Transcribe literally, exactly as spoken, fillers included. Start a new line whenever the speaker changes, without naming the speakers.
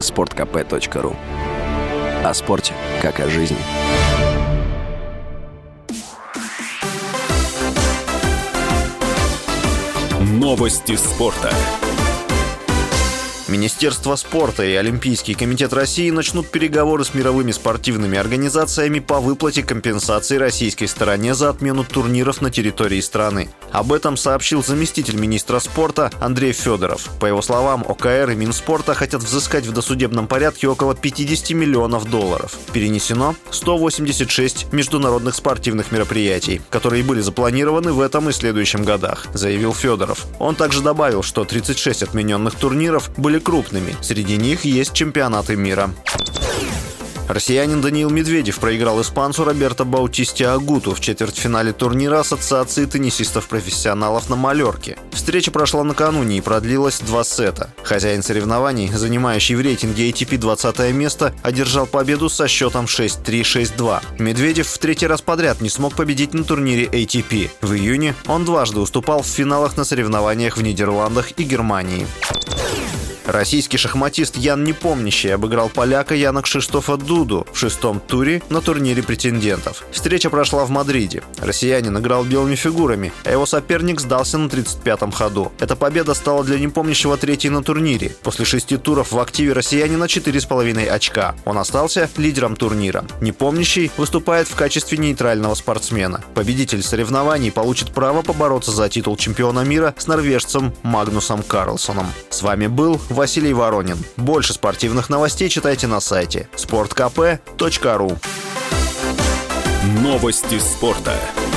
спорт ка пэ точка ру. О спорте, как о жизни.
Новости спорта.
Министерство спорта и Олимпийский комитет России начнут переговоры с мировыми спортивными организациями по выплате компенсации российской стороне за отмену турниров на территории страны. Об этом сообщил заместитель министра спорта Андрей Федоров. По его словам, о ка эр и Минспорта хотят взыскать в досудебном порядке около пятьдесят миллионов долларов. Перенесено сто восемьдесят шесть международных спортивных мероприятий, которые были запланированы в этом и следующем годах, заявил Федоров. Он также добавил, что тридцать шесть отмененных турниров были крупными. Среди них есть чемпионаты мира. Россиянин Даниил Медведев проиграл испанцу Роберто Баутисте Агуту в четвертьфинале турнира Ассоциации теннисистов-профессионалов на Маллорке. Встреча прошла накануне и продлилась два сета. Хозяин соревнований, занимающий в рейтинге эй ти пи двадцатое место, одержал победу со счетом шесть три - шесть два. Медведев в третий раз подряд не смог победить на турнире эй ти пи. В июне он дважды уступал в финалах на соревнованиях в Нидерландах и Германии. Российский шахматист Ян Непомнящий обыграл поляка Яна Кшиштофа Дуду в шестом туре на турнире претендентов. Встреча прошла в Мадриде. Россиянин играл белыми фигурами, а его соперник сдался на тридцать пятом ходу. Эта победа стала для Непомнящего третьей на турнире. После шести туров в активе россиянина четыре с половиной очка. Он остался лидером турнира. Непомнящий выступает в качестве нейтрального спортсмена. Победитель соревнований получит право побороться за титул чемпиона мира с норвежцем Магнусом Карлсоном. С вами был Василий Воронин. Больше спортивных новостей читайте на сайте спорт ка пэ точка ру.
Новости спорта.